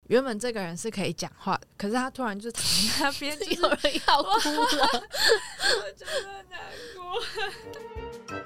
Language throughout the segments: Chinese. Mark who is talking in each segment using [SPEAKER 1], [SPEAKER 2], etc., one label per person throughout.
[SPEAKER 1] 原本这个人是可以讲话的，可是他突然就躺在那边，
[SPEAKER 2] 有人要哭了，
[SPEAKER 1] 我真的难过。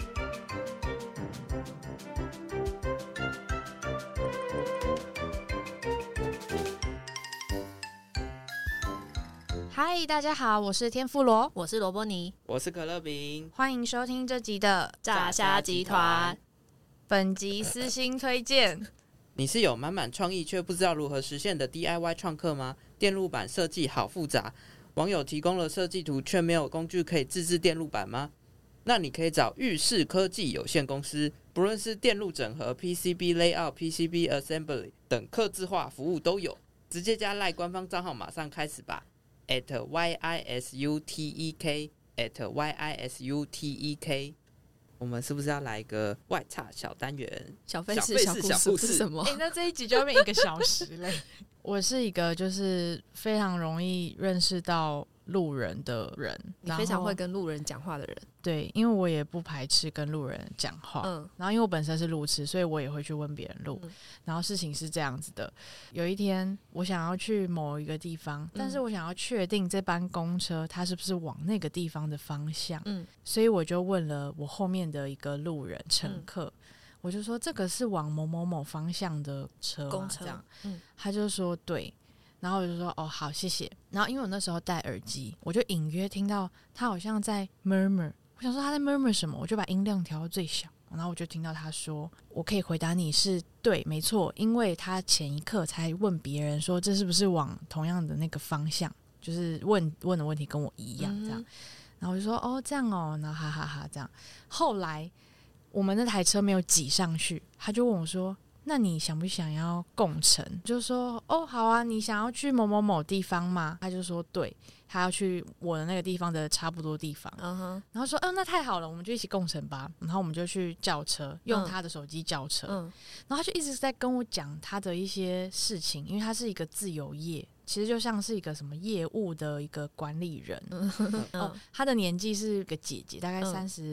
[SPEAKER 1] 嗨，大家好，我是天妇罗，
[SPEAKER 2] 我是萝卜泥，
[SPEAKER 3] 我是可乐饼，
[SPEAKER 1] 欢迎收听这集的
[SPEAKER 2] 炸虾集团。
[SPEAKER 1] 本集私心推荐。
[SPEAKER 3] 你是有满满创意却不知道如何实现的 DIY 创客吗？电路板设计好复杂，网友提供了设计图却没有工具可以自制电路板吗？那你可以找玉视科技有限公司，不论是电路整合、PCB Layout、PCB Assembly 等客制化服务都有，直接加LINE官方账号马上开始吧。@YISUTEK，@YISUTEK， 我们是不是要来一个外插小单元？
[SPEAKER 2] 小费事小故事是什么？
[SPEAKER 1] 那这一集就要变1个小时嘞。我是一个就是非常容易认识到路人的人，
[SPEAKER 2] 你非常会跟路人讲话的人。
[SPEAKER 1] 对，因为我也不排斥跟路人讲话，然后因为我本身是路痴，所以我也会去问别人路。然后事情是这样子的，有一天我想要去某一个地方，但是我想要确定这班公车它是不是往那个地方的方向，所以我就问了我后面的一个路人乘客，我就说这个是往某某某方向的车吗？公车这样，他就说对。然后我就说哦好谢谢，然后因为我那时候戴耳机，我就隐约听到他好像在 murmur， 我想说他在 murmur 什么，我就把音量调到最小，然后我就听到他说我可以回答你是对没错，因为他前一刻才问别人说这是不是往同样的那个方向，就是问的问题跟我一样这样，然后我就说哦这样哦，然后哈哈哈这样。后来我们那台车没有挤上去，他就问我说那你想不想要共乘？就说哦好啊，你想要去某某某地方吗？他就说对，他要去我的那个地方的差不多地方。然后说那太好了，我们就一起共乘吧。然后我们就去叫车，用他的手机叫车。然后他就一直在跟我讲他的一些事情，因为他是一个自由业，其实就像是一个什么业务的一个管理人。他的年纪是个姐姐，大概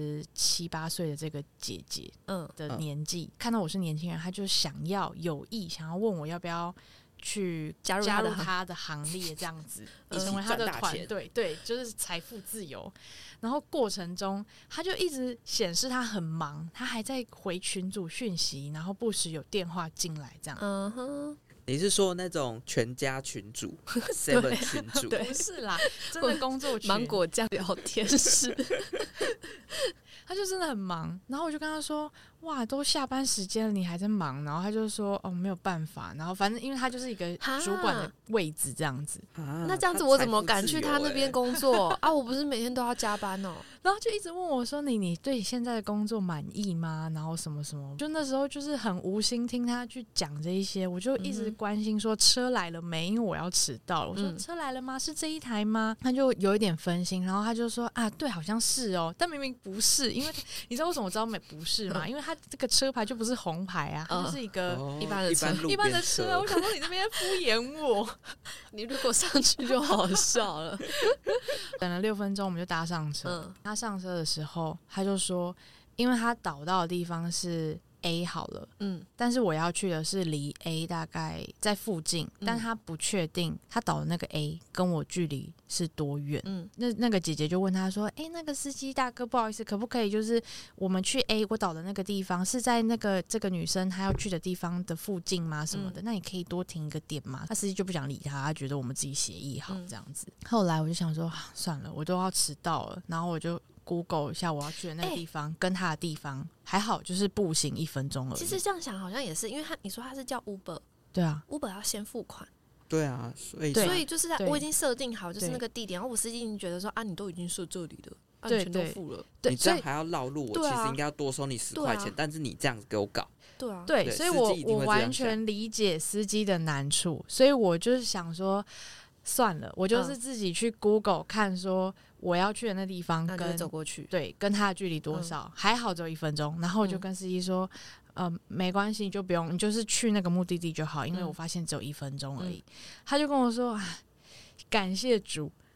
[SPEAKER 1] 37、8岁的这个姐姐的年纪，看到我是年轻人，他就有意想要问我要不要去加入他的行列，这样子成为他的团队，对，就是财富自由。然后过程中他就一直显示他很忙，他还在回群组讯息，然后不时有电话进来这样。
[SPEAKER 3] 你是说那种全家群组7 群组？
[SPEAKER 1] 对，不是啦，真的工作群，
[SPEAKER 2] 芒果酱聊天室。
[SPEAKER 1] 他就真的很忙，然后我就跟他说哇都下班时间了你还在忙，然后他就说哦没有办法，然后反正因为他就是一个主管的位置这样子，
[SPEAKER 2] 那这样子我怎么敢去他那边工作啊？我不是每天都要加班哦。
[SPEAKER 1] 然后就一直问我说你对你现在的工作满意吗？然后什么什么，就那时候就是很无心听他去讲这一些，我就一直关心说车来了没，因为我要迟到了。我说车来了吗？是这一台吗？他就有一点分心，然后他就说啊对好像是哦，但明明不是，因为你知道为什么我知道不是吗？因为他这个车牌就不是红牌啊，它就是一个
[SPEAKER 2] 一般的车，
[SPEAKER 1] 一般的车。我想说你这边敷衍我，
[SPEAKER 2] 你如果上去就好笑了。
[SPEAKER 1] 等了6分钟，我们就搭上车。他上车的时候，他就说，因为他导到的地方是 A 好了，但是我要去的是离 A 大概在附近，但他不确定他导的那个 A 跟我距离是多远。那个姐姐就问他说那个司机大哥不好意思，可不可以就是我们去 A 我导的那个地方是在那个这个女生她要去的地方的附近吗什么的，那你可以多停一个点吗？他司机就不想理他，他觉得我们自己协议好这样子。后来我就想说算了，我都要迟到了，然后我就Google 一下我要去的那个地方，跟他的地方还好，就是步行1分钟而已。
[SPEAKER 2] 其实这样想好像也是，因为你说他是叫 Uber，
[SPEAKER 1] 对啊
[SPEAKER 2] ，Uber 要先付款，
[SPEAKER 3] 对啊，所以
[SPEAKER 2] 就是我已经设定好就是那个地点，然后我司机已经觉得说啊，你都已经设这里了，你全都付了，
[SPEAKER 3] 你这样还要绕路，我其实应该要多收你10块钱，但是你这样子给我搞，
[SPEAKER 1] 对，所以我完全理解司机的难处，所以我就是想说。算了，我就是自己去 Google 看说我要去的那地方跟
[SPEAKER 2] 走过去，
[SPEAKER 1] 对，跟他的距离多少，还好只有1分钟。然后我就跟司机说，没关系，你就不用，你就是去那个目的地就好，因为我发现只有1分钟而已。他就跟我说，感谢主，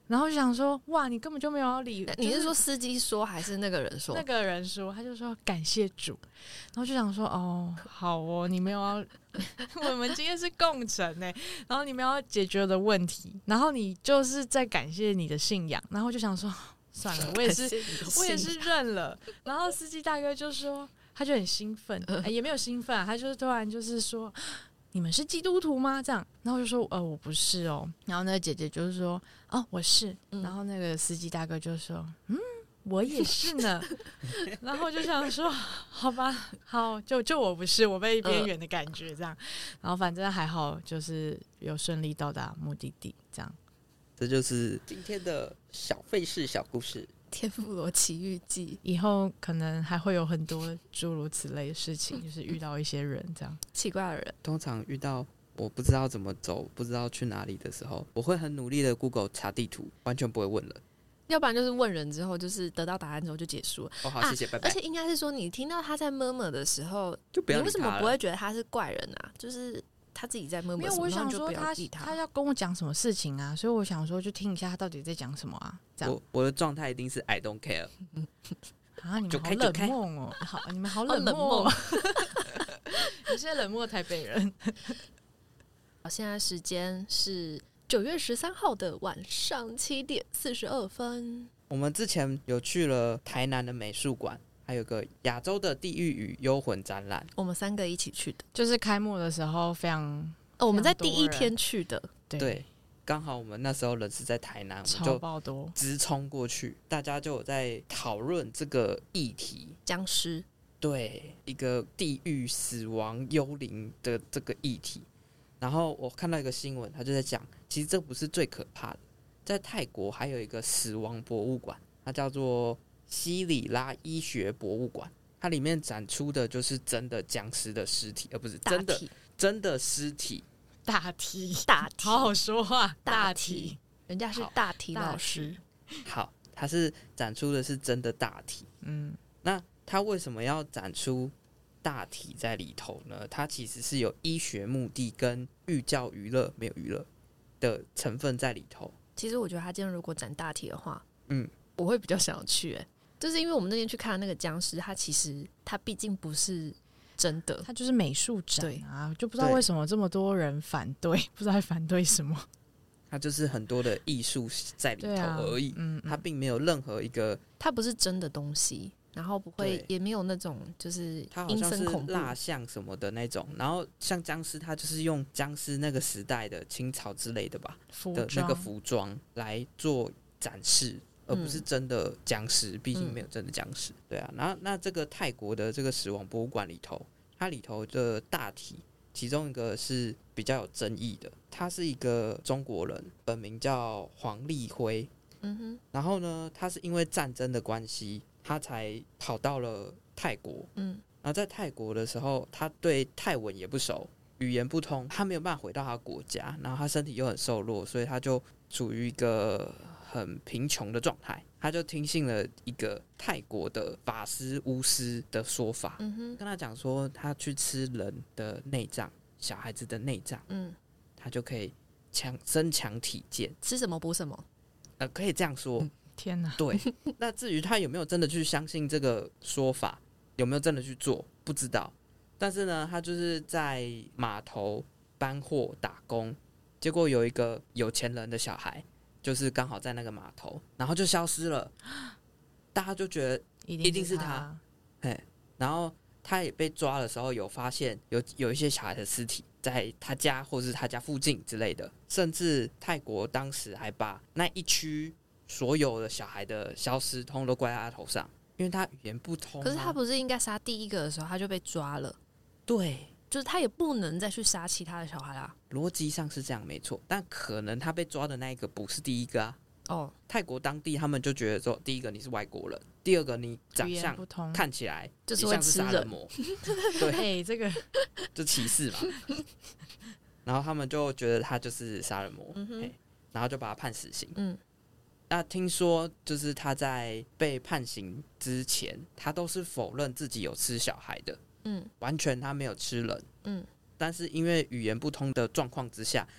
[SPEAKER 1] 然后就想说，哇，你根本就没有要理。
[SPEAKER 2] 你是说司机说还是那个人说？
[SPEAKER 1] 那个人说，他就说感谢主，然后就想说，哦，好哦，你没有要，我们今天是共乘呢，然后你们要解决的问题，然后你就是在感谢你的信仰，然后就想说，算了，我也是认了。然后司机大哥就说，他就很兴奋，也没有兴奋啊，他就是突然就是说。你们是基督徒吗？这样，然后就说我不是哦。然后那个姐姐就是说哦我是，然后那个司机大哥就说我也是呢。然后就想说好吧，好就我不是，我被边缘的感觉这样。然后反正还好，就是有顺利到达目的地这样。
[SPEAKER 3] 这就是今天的小费事小故事。
[SPEAKER 2] 天妇罗奇遇记，
[SPEAKER 1] 以后可能还会有很多诸如此类的事情，就是遇到一些人这样
[SPEAKER 2] 奇怪的人。
[SPEAKER 3] 通常遇到我不知道怎么走，不知道去哪里的时候，我会很努力的 Google 查地图，完全不会问了。
[SPEAKER 2] 要不然就是问人之后，就是得到答案之后就结束了。
[SPEAKER 3] 哦，好，谢谢，拜拜。
[SPEAKER 2] 而且应该是说，你听到他在 murmur 的时候，
[SPEAKER 3] 就不要理他了。
[SPEAKER 2] 你为什么不会觉得他是怪人啊？就是他自己在 murmur 什么，
[SPEAKER 1] 没有，我想说
[SPEAKER 2] 他
[SPEAKER 1] 要跟我讲什么事情啊，所以我想说就听一下他到底在讲什么啊。这样，
[SPEAKER 3] 我的状态一定是 I don't care。
[SPEAKER 1] 啊，你们好冷漠哦！好，你们好冷漠。你是冷漠台北人。
[SPEAKER 2] 现在时间是9月13号的晚上7点42分。
[SPEAKER 3] 我们之前有去了台南的美术馆，还有个亚洲的地狱与幽魂展览，
[SPEAKER 2] 我们3个一起去的，
[SPEAKER 1] 就是开幕的时候非常
[SPEAKER 2] 我们在第一天去的，
[SPEAKER 3] 对，刚好我们那时候人是在台南，
[SPEAKER 1] 超爆多，
[SPEAKER 3] 直冲过去，大家就有在讨论这个议题，
[SPEAKER 2] 僵尸，
[SPEAKER 3] 对，一个地狱死亡幽灵的这个议题。然后我看到一个新闻，他就在讲，其实这不是最可怕的，在泰国还有一个死亡博物馆，它叫做西里拉医学博物馆，它里面展出的就是真的僵尸的尸体，而不是真的尸体。
[SPEAKER 1] 大体，
[SPEAKER 2] 好
[SPEAKER 1] 好说话，大体，
[SPEAKER 2] 人家是大体老师。
[SPEAKER 3] 好，它是展出的是真的大体。那它为什么要展出大体在里头呢？它其实是有医学目的跟寓教于乐，没有娱乐的成分在里头。
[SPEAKER 2] 其实我觉得他今天如果展大体的话，我会比较想要去。就是因为我们那天去看那个僵尸，它毕竟不是真的，
[SPEAKER 1] 它就是美术展啊，就不知道为什么这么多人反对，不知道在反对什么。
[SPEAKER 3] 它就是很多的艺术在里头而已，它并没有任何一个，
[SPEAKER 2] 它不是真的东西，然后不会也没有那种就是
[SPEAKER 3] 它好像是蜡像什么的那种，然后像僵尸，它就是用僵尸那个时代的清朝之类的吧的那个服装来做展示，而不是真的僵尸，毕竟没有真的僵尸。对啊，然后那这个泰国的这个死亡博物馆里头，它里头的大体，其中一个是比较有争议的，他是一个中国人，本名叫黄立辉。然后呢，他是因为战争的关系，他才跑到了泰国。然后在泰国的时候，他对泰文也不熟，语言不通，他没有办法回到他国家，然后他身体又很瘦弱，所以他就处于一个很贫穷的状态。他就听信了一个泰国的法师巫师的说法，跟他讲说，他去吃人的内脏，小孩子的内脏，他就可以增强体健。
[SPEAKER 2] 吃什么补什么，
[SPEAKER 3] 可以这样说。
[SPEAKER 1] 天哪！
[SPEAKER 3] 对，那至于他有没有真的去相信这个说法，有没有真的去做，不知道。但是呢，他就是在码头搬货打工，结果有一个有钱人的小孩，就是刚好在那个码头，然后就消失了，大家就觉得一定是他。然后他也被抓的时候，有发现有一些小孩的尸体在他家或是他家附近之类的，甚至泰国当时还把那一区所有的小孩的消失通通都怪在他头上，因为他语言不通。
[SPEAKER 2] 可是他不是应该杀第一个的时候他就被抓了？
[SPEAKER 3] 对，
[SPEAKER 2] 就是他也不能再去杀其他的小孩啦。
[SPEAKER 3] 逻辑上是这样没错，但可能他被抓的那一个不是第一个啊。泰国当地他们就觉得说，第一个你是外国人，第二个你长相看起来
[SPEAKER 2] 就是
[SPEAKER 3] 像是杀人魔，
[SPEAKER 1] 对，这个
[SPEAKER 3] 就歧视嘛。然后他们就觉得他就是杀人魔，然后就把他判死刑。那听说就是他在被判刑之前，他都是否认自己有吃小孩的，完全他没有吃人，但是因为语言不通的状况之下，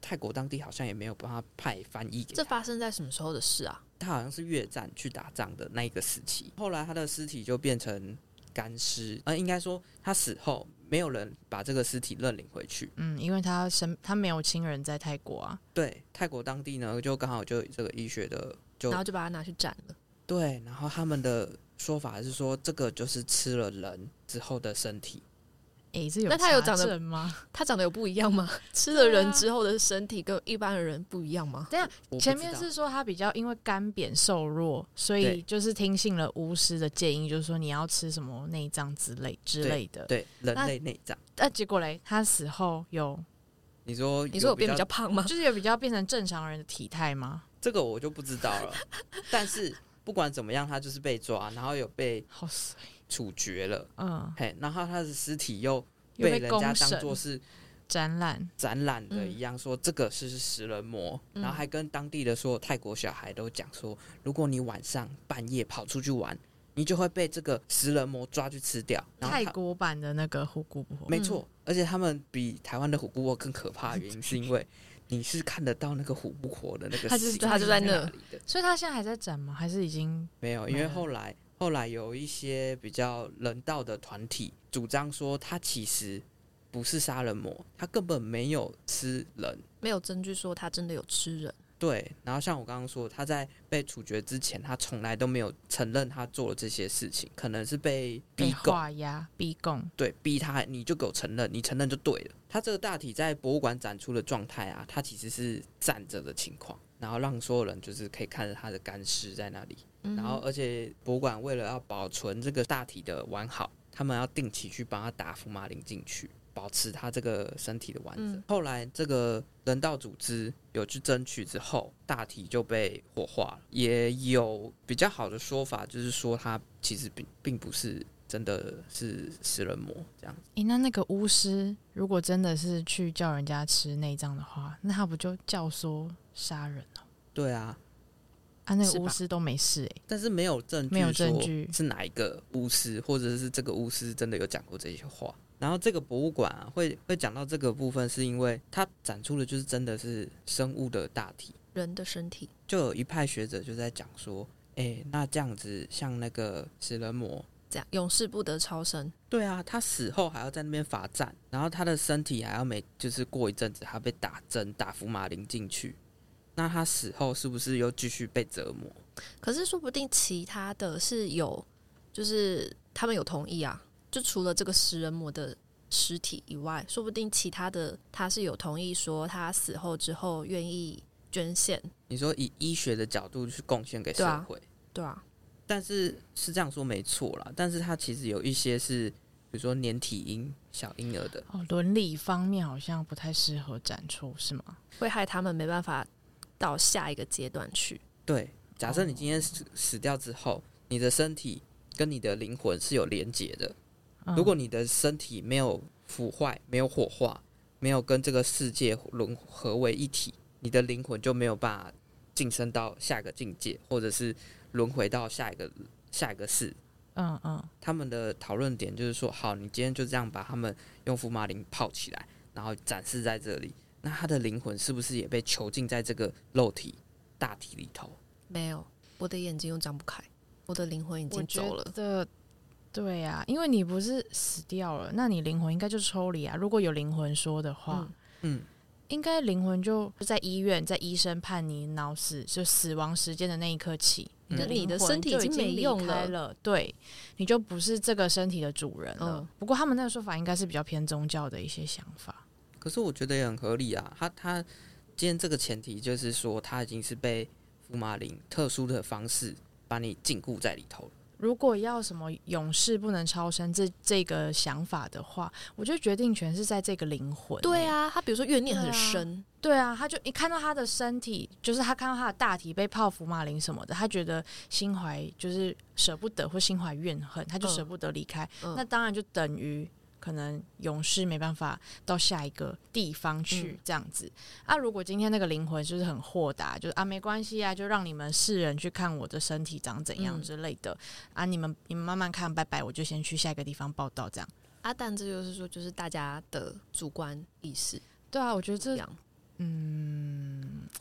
[SPEAKER 3] 泰国当地好像也没有帮他派翻译给他。
[SPEAKER 2] 这发生在什么时候的事啊？
[SPEAKER 3] 他好像是越战去打仗的那一个时期，后来他的尸体就变成干尸，应该说他死后没有人把这个尸体认领回去。
[SPEAKER 1] 因为他没有亲人在泰国啊。
[SPEAKER 3] 对，泰国当地呢就刚好就有这个医学的，
[SPEAKER 2] 然后就把它拿去斩了。
[SPEAKER 3] 对，然后他们的说法是说，这个就是吃了人之后的身体。
[SPEAKER 1] 这有
[SPEAKER 2] 那他有长
[SPEAKER 1] 得吗？
[SPEAKER 2] 他长得有不一样吗？吃了人之后的身体跟一般的人不一样吗？
[SPEAKER 1] 对啊，前面是说他比较因为干瘪瘦弱，所以就是听信了巫师的建议，就是说你要吃什么内脏之类的。
[SPEAKER 3] 对，人类内脏。
[SPEAKER 1] 结果嘞，他死后有
[SPEAKER 3] 你说
[SPEAKER 2] 有变比较胖吗？
[SPEAKER 1] 就是有比较变成正常人的体态吗？
[SPEAKER 3] 这个我就不知道了。但是不管怎么样，他就是被抓，然后有被处决了。然后他的尸体又被人家当作是
[SPEAKER 1] 展览
[SPEAKER 3] 的一样，说这个是食人魔，然后还跟当地的所有泰国小孩都讲说，如果你晚上半夜跑出去玩，你就会被这个食人魔抓去吃掉。
[SPEAKER 1] 泰国版的那个虎姑婆，
[SPEAKER 3] 没错，而且他们比台湾的虎姑婆更可怕的原因是因为你是看得到那个虎姑婆的那个血，
[SPEAKER 2] 他就在那
[SPEAKER 3] 里的。
[SPEAKER 1] 所以他现在还在展吗？还是已经
[SPEAKER 3] 没有？因为后来有一些比较人道的团体主张说，他其实不是杀人魔，他根本没有吃人，
[SPEAKER 2] 没有证据说他真的有吃人。
[SPEAKER 3] 对，然后像我刚刚说，他在被处决之前，他从来都没有承认他做了这些事情，可能是被逼供、
[SPEAKER 1] 画押、逼供，
[SPEAKER 3] 对，逼他，你就给我承认，你承认就对了。他这个大体在博物馆展出的状态啊，他其实是站着的情况，然后让所有人就是可以看着他的干尸在那里。然后而且博物馆为了要保存这个大体的完好，他们要定期去帮他打福马林进去，保持他这个身体的完整。后来这个人道组织有去争取之后，大体就被火化了。也有比较好的说法，就是说他其实并不是真的是食人魔这样子。
[SPEAKER 1] 那个巫师如果真的是去叫人家吃内脏的话，那他不就教唆杀人哦？
[SPEAKER 3] 对啊。
[SPEAKER 1] 那个巫师都没事
[SPEAKER 3] 但是没有证据是哪一个巫师，或者是这个巫师真的有讲过这些话。然后这个博物馆啊，会讲到这个部分，是因为它展出的就是真的是生物的大体，
[SPEAKER 2] 人的身体。
[SPEAKER 3] 就有一派学者就在讲说，那这样子像那个食人魔
[SPEAKER 2] 这样永世不得超生。
[SPEAKER 3] 对啊，他死后还要在那边罚站，然后他的身体还要就是过一阵子他被打针打福马林进去。那他死后是不是又继续被折磨？
[SPEAKER 2] 可是说不定其他的是有，就是他们有同意啊。就除了这个食人魔的尸体以外，说不定其他的他是有同意说他死后之后愿意捐献。
[SPEAKER 3] 你说以医学的角度去贡献给社会，
[SPEAKER 2] 对啊。
[SPEAKER 3] 但是这样说没错啦，但是他其实有一些是，比如说年体婴、小婴儿的
[SPEAKER 1] 伦理方面好像不太适合展出，是吗？
[SPEAKER 2] 会害他们没办法到下一个阶段去。
[SPEAKER 3] 对，假设你今天死掉之后，你的身体跟你的灵魂是有连结的。如果你的身体没有腐坏、没有火化、没有跟这个世界融合为一体，你的灵魂就没有办法晋升到下一个境界，或者是轮回到下一个世。他们的讨论点就是说，好，你今天就这样把他们用福马林泡起来，然后展示在这里，那他的灵魂是不是也被囚禁在这个肉体大体里头？
[SPEAKER 2] 没有，我的眼睛又张不开，我的灵魂已经走了。
[SPEAKER 1] 对啊，因为你不是死掉了，那你灵魂应该就抽离啊。如果有灵魂说的话，应该灵魂就在医院，在医生判你脑死就死亡时间的那一刻起，
[SPEAKER 2] 你的身体已经没用
[SPEAKER 1] 了，对，你就不是这个身体的主人了。不过他们那个说法应该是比较偏宗教的一些想法，
[SPEAKER 3] 可是我觉得也很合理啊。他今天这个前提就是说，他已经是被福马林特殊的方式把你禁锢在里头了。
[SPEAKER 1] 如果要什么永世不能超生这个想法的话，我觉得决定权是在这个灵魂。
[SPEAKER 2] 对啊，他比如说怨念很深，
[SPEAKER 1] 对啊，他就一看到他的身体，就是他看到他的大体被泡福马林什么的，他觉得心怀就是舍不得或心怀怨恨，他就舍不得离开。那当然就等于可能永世没办法到下一个地方去这样子啊。如果今天那个灵魂就是很豁达，就是没关系啊，就让你们世人去看我的身体长怎样之类的啊，你们慢慢看，拜拜，我就先去下一个地方报道这样。
[SPEAKER 2] 但这就是说，就是大家的主观意识。
[SPEAKER 1] 对啊，我觉得这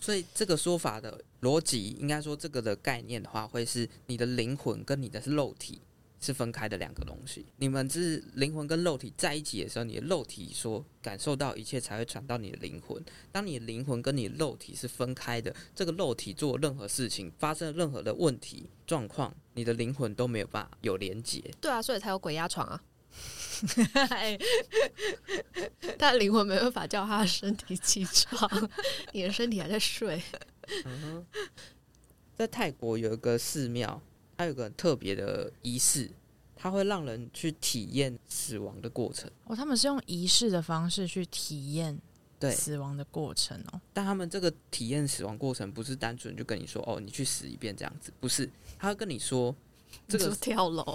[SPEAKER 3] 所以这个说法的逻辑，应该说这个的概念的话，会是你的灵魂跟你的肉体是分开的两个东西。你们是灵魂跟肉体在一起的时候，你的肉体所感受到一切才会传到你的灵魂。当你的灵魂跟你的肉体是分开的，这个肉体做任何事情，发生任何的问题状况，你的灵魂都没有办法有连结。
[SPEAKER 2] 对啊，所以才有鬼压床啊。他的灵魂没办法叫他的身体起床，你的身体还在睡。
[SPEAKER 3] 在泰国有一个寺庙，它有个很特别的仪式，它会让人去体验死亡的过程。
[SPEAKER 1] 他们是用仪式的方式去体验死亡的过程哦。
[SPEAKER 3] 但他们这个体验死亡过程不是单纯就跟你说你去死一遍这样子，不是，他会跟你说这个
[SPEAKER 2] 跳楼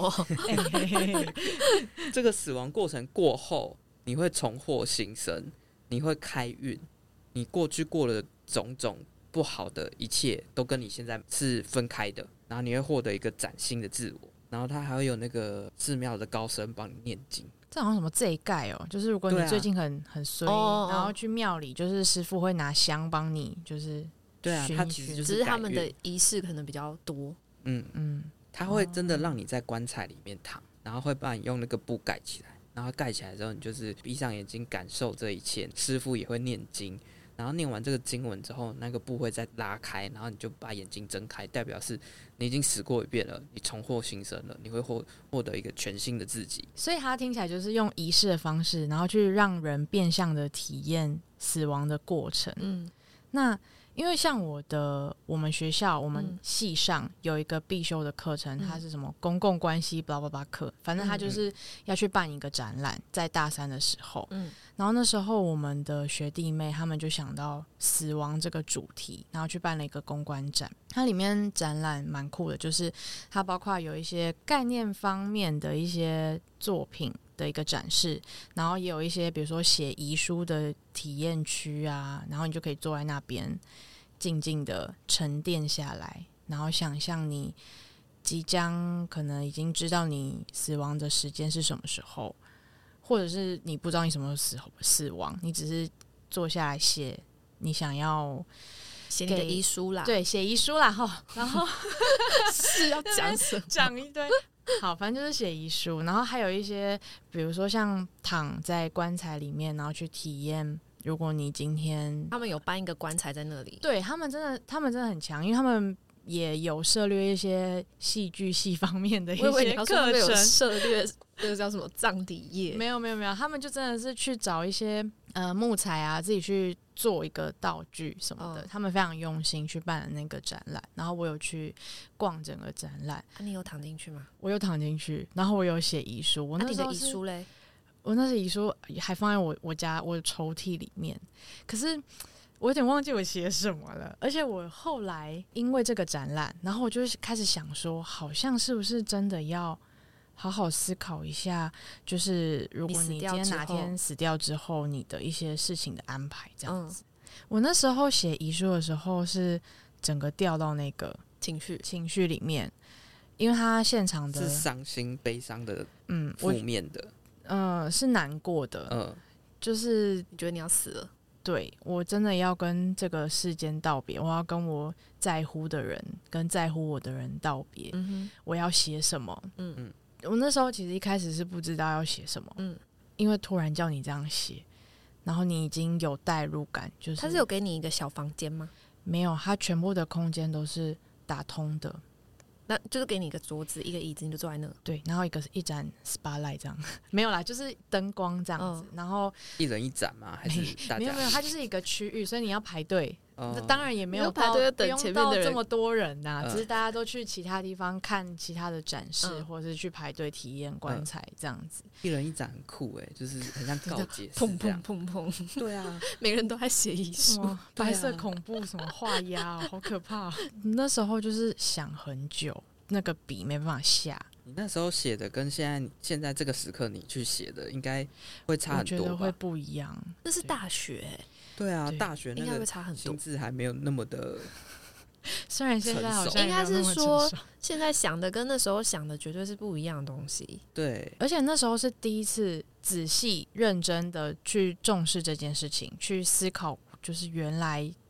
[SPEAKER 3] 这个死亡过程过后，你会重获新生，你会开运，你过去过了种种不好的一切都跟你现在是分开的，然后你会获得一个崭新的自我，然后他还会有那个寺庙的高僧帮你念经。
[SPEAKER 1] 这好像什么这一盖就是如果你最近很衰，然后去庙里，就是师父会拿香帮你，就是
[SPEAKER 3] 对啊，他其实就是
[SPEAKER 2] 只是他们的仪式可能比较多。
[SPEAKER 3] 他会真的让你在棺材里面躺，然后会把你用那个布盖起来，然后盖起来之后，你就是闭上眼睛感受这一切。师父也会念经，然后念完这个经文之后，那个布会再拉开，然后你就把眼睛睁开，代表是你已经死过一遍了，你重获新生了，你会获得一个全新的自己。
[SPEAKER 1] 所以它听起来就是用仪式的方式，然后去让人变相的体验死亡的过程。那因为像我们学校我们系上有一个必修的课程，它是什么公共关系 blah blah blah 课，反正它就是要去办一个展览，在大三的时候，然后那时候我们的学弟妹他们就想到死亡这个主题，然后去办了一个公关展。它里面展览蛮酷的，就是它包括有一些概念方面的一些作品的一个展示，然后也有一些比如说写遗书的体验区啊，然后你就可以坐在那边静静的沉淀下来，然后想象你即将可能已经知道你死亡的时间是什么时候，或者是你不知道你什么时候死亡，你只是坐下来写你想要
[SPEAKER 2] 写你的遗书啦。
[SPEAKER 1] 对，写遗书啦然后
[SPEAKER 2] 是要讲什么？
[SPEAKER 1] 讲一堆好，反正就是写遗书，然后还有一些比如说像躺在棺材里面，然后去体验如果你今天
[SPEAKER 2] 他们有搬一个棺材在那里。
[SPEAKER 1] 对，他们真的很强，因为他们也有涉猎一些戏剧系方面的一些课程。
[SPEAKER 2] 有涉猎那个叫什么葬礼业？
[SPEAKER 1] 没有，他们就真的是去找一些木材啊，自己去做一个道具什么的，他们非常用心去办了那个展览。然后我有去逛整个展览。
[SPEAKER 2] 你有躺进去吗？
[SPEAKER 1] 我有躺进去，然后我有写遗书。我那时候
[SPEAKER 2] 你的遗书嘞？
[SPEAKER 1] 我那时遗书还放在我家我的抽屉里面，可是我有点忘记我写什么了。而且我后来因为这个展览，然后我就开始想说，好像是不是真的要好好思考一下，就是如果你今天哪天死掉之后，你的一些事情的安排这样子。我那时候写遗书的时候是整个掉到那个情绪里面，因为他现场的
[SPEAKER 3] 是伤心悲伤的，负面的，
[SPEAKER 1] 是难过的，就是
[SPEAKER 2] 你觉得你要死了，
[SPEAKER 1] 对，我真的要跟这个世间道别，我要跟我在乎的人跟在乎我的人道别，我要写什么？我那时候其实一开始是不知道要写什么，因为突然叫你这样写，然后你已经有代入感，就是
[SPEAKER 2] 他是有给你一个小房间吗？
[SPEAKER 1] 没有，他全部的空间都是打通的。
[SPEAKER 2] 那就是给你一个桌子一个椅子，你就坐在那。
[SPEAKER 1] 对，然后一盏 spotlight 这样，没有啦，就是灯光这样子，然后
[SPEAKER 3] 一人一盏吗？还是大家？
[SPEAKER 1] 没有，它就是一个区域，所以你要排队。当然也没有
[SPEAKER 2] 排队等前面的人，
[SPEAKER 1] 这么多人呐，只是大家都去其他地方看其他的展示，或者是去排队体验棺材这样子。
[SPEAKER 3] 一人一盏很酷就是很像告解室
[SPEAKER 2] 砰砰砰砰。
[SPEAKER 3] 对啊，
[SPEAKER 2] 每个人都在写遗书，
[SPEAKER 1] 白色恐怖什么画押好可怕。那时候就是想很久，那个笔没办法下。
[SPEAKER 3] 你那时候写的跟现在这个时刻你去写的应该会差很多吧？
[SPEAKER 1] 我觉得会不一样。
[SPEAKER 2] 那是大学
[SPEAKER 3] 对啊，大学那
[SPEAKER 2] 应该会差很多，
[SPEAKER 3] 心智还没有那么的。
[SPEAKER 1] 虽然现在好像
[SPEAKER 2] 应该是说，现在想的跟那时候想的绝对是不一样的东西。
[SPEAKER 3] 对，
[SPEAKER 1] 而且那时候是第一次仔细认真的去重视这件事情，去思考，就是原来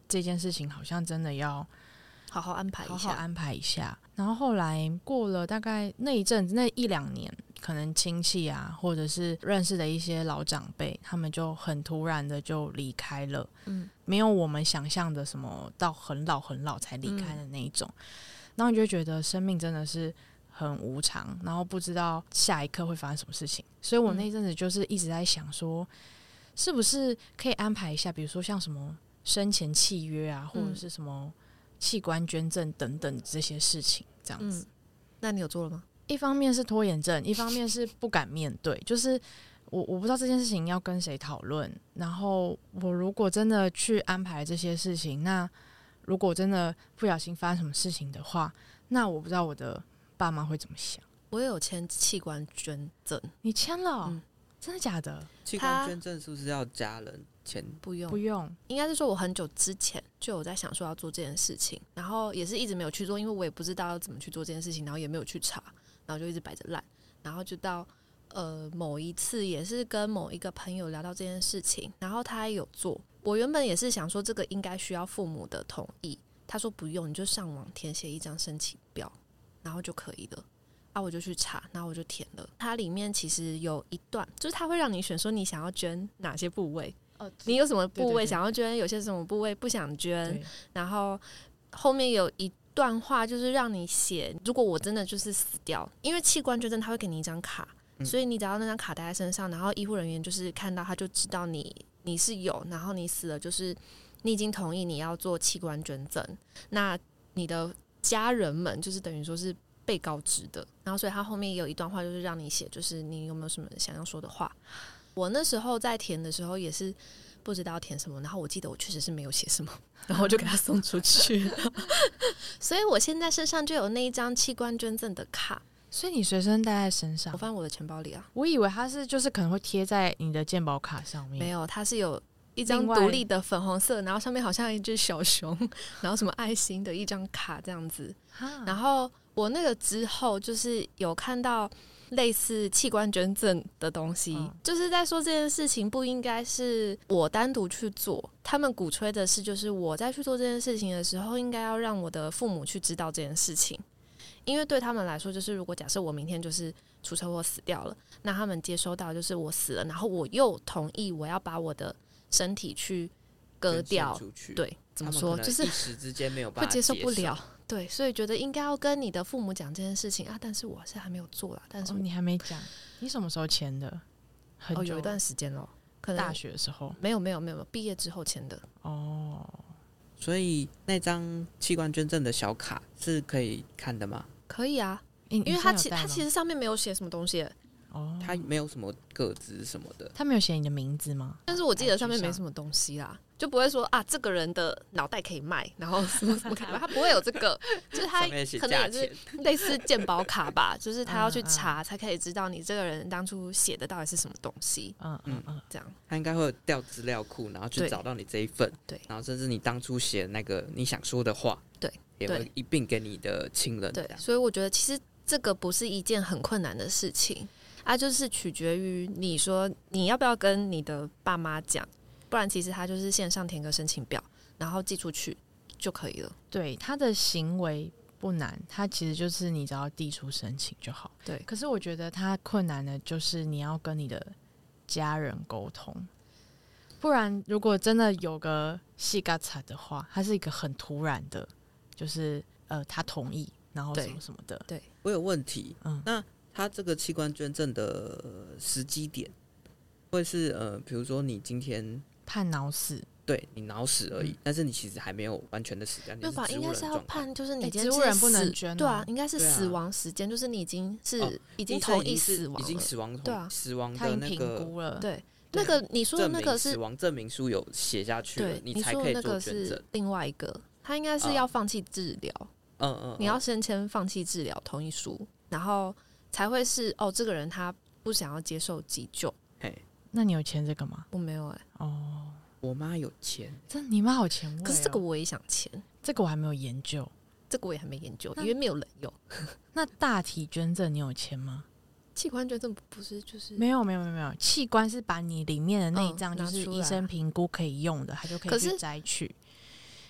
[SPEAKER 1] 这件事情好像真的要
[SPEAKER 2] 好好安排
[SPEAKER 1] 一下。然后后来过了大概那一阵子，那1-2年，可能亲戚啊，或者是认识的一些老长辈，他们就很突然的就离开了。没有我们想象的什么到很老很老才离开的那一种。然后你就会觉得生命真的是很无常，然后不知道下一刻会发生什么事情。所以我那一阵子就是一直在想说，是不是可以安排一下，比如说像什么生前契约啊，或者是什么器官捐赠等等这些事情这样子。
[SPEAKER 2] 那你有做了吗？
[SPEAKER 1] 一方面是拖延症，一方面是不敢面对，就是我不知道这件事情要跟谁讨论，然后我如果真的去安排这些事情，那如果真的不小心发生什么事情的话，那我不知道我的爸妈会怎么想。
[SPEAKER 2] 我也有签器官捐赠。
[SPEAKER 1] 你签了？真的假的？
[SPEAKER 3] 器官捐赠是不是要家人签？
[SPEAKER 2] 不用，应该是说我很久之前就有在想说要做这件事情，然后也是一直没有去做，因为我也不知道要怎么去做这件事情，然后也没有去查，然后就一直摆着烂，然后就到某一次也是跟某一个朋友聊到这件事情，然后他也有做。我原本也是想说这个应该需要父母的同意，他说不用，你就上网填写一张申请表，然后就可以了。我就去查，然后我就填了。它里面其实有一段，就是它会让你选说你想要捐哪些部位，你有什么部位想要捐，有些什么部位不想捐，然后后面有一段话就是让你写，如果我真的就是死掉，因为器官捐赠他会给你一张卡，所以你只要那张卡带在身上，然后医护人员就是看到他就知道你是有，然后你死了就是你已经同意你要做器官捐赠，那你的家人们就是等于说是被告知的，然后所以他后面也有一段话就是让你写，就是你有没有什么想要说的话。我那时候在填的时候也是不知道要填什么，然后我记得我确实是没有写什么，然后我就给他送出去了所以我现在身上就有那一张器官捐赠的卡。
[SPEAKER 1] 所以你随身带在身上？
[SPEAKER 2] 我放在我的钱包里啊。
[SPEAKER 1] 我以为它是就是可能会贴在你的健保卡上面。
[SPEAKER 2] 没有，它是有一张独立的粉红色，然后上面好像一只小熊，然后什么爱心的一张卡这样子。然后我那个之后就是有看到类似器官捐赠的东西，就是在说这件事情不应该是我单独去做，他们鼓吹的是就是我在去做这件事情的时候应该要让我的父母去知道这件事情，因为对他们来说就是如果假设我明天就是出车祸死掉了，那他们接收到就是我死了，然后我又同意我要把我的身体去割掉，对，怎么说就是
[SPEAKER 3] 一时之间没有办法
[SPEAKER 2] 会接受不了，对，所以觉得应该要跟你的父母讲这件事情啊。但是我是还没有做啦，但是
[SPEAKER 1] 你还没讲，你什么时候签的？很久
[SPEAKER 2] 有一段时间了，可能
[SPEAKER 1] 大学的时候。
[SPEAKER 2] 没有，毕业之后签的。
[SPEAKER 3] 所以那张器官捐赠的小卡是可以看的吗？
[SPEAKER 2] 可以啊，因为它其实上面没有写什么东西。
[SPEAKER 3] 它没有什么个资什么的，
[SPEAKER 1] 它没有写你的名字吗？
[SPEAKER 2] 但是我记得上面没什么东西啦，就不会说啊这个人的脑袋可以卖，然后什么什么可以卖，他不会有这个，就是他可能也是类似健保卡吧，就是他要去查才可以知道你这个人当初写的到底是什么东西。这样
[SPEAKER 3] 他应该会有调资料库，然后去找到你这一份，
[SPEAKER 2] 对，
[SPEAKER 3] 然后甚至你当初写那个你想说的话，
[SPEAKER 2] 对，
[SPEAKER 3] 也会一并给你的亲人。
[SPEAKER 2] 对，所以我觉得其实这个不是一件很困难的事情。就是取决于你说你要不要跟你的爸妈讲，不然其实他就是线上填个申请表，然后寄出去就可以了。
[SPEAKER 1] 对，他的行为不难，他其实就是你只要递出申请就好。
[SPEAKER 2] 对，
[SPEAKER 1] 可是我觉得他困难的就是你要跟你的家人沟通，不然如果真的有个细嘎嚓的话，他是一个很突然的，就是他同意，然后什么什么的。
[SPEAKER 2] 对，
[SPEAKER 3] 我有问题，那他这个器官捐赠的时机点会是比如说你今天
[SPEAKER 1] 判脑死，
[SPEAKER 3] 对你脑死而已，但是你其实还没有完全的死掉，
[SPEAKER 2] 没有吧？应该是要判，就是你
[SPEAKER 1] 植物人不能捐，
[SPEAKER 2] 对啊，应该是死亡时间，就是你已经同意死亡了，
[SPEAKER 3] 已经死亡，
[SPEAKER 2] 对啊，
[SPEAKER 3] 死亡的那个
[SPEAKER 1] 评估了，
[SPEAKER 2] 对，那个你说的那个是
[SPEAKER 3] 死亡证明书有写下去了，
[SPEAKER 2] 你
[SPEAKER 3] 才可以做捐赠。
[SPEAKER 2] 另外一个，他应该是要放弃治疗，你要先签放弃治疗同意书，然后才会是这个人他不想要接受急救。
[SPEAKER 1] 那你有签这个吗？
[SPEAKER 2] 我没有
[SPEAKER 3] 我妈有签，
[SPEAKER 1] 你妈好前卫
[SPEAKER 2] 可是这个我也想签，
[SPEAKER 1] 这个我还没有研究，
[SPEAKER 2] 这个我也还没研究，因为没有人有。
[SPEAKER 1] 那大体捐赠你有签吗？
[SPEAKER 2] 器官捐赠不是就是
[SPEAKER 1] 没有，器官是把你里面的内脏，就是医生评估可以用的，他就可以去摘取。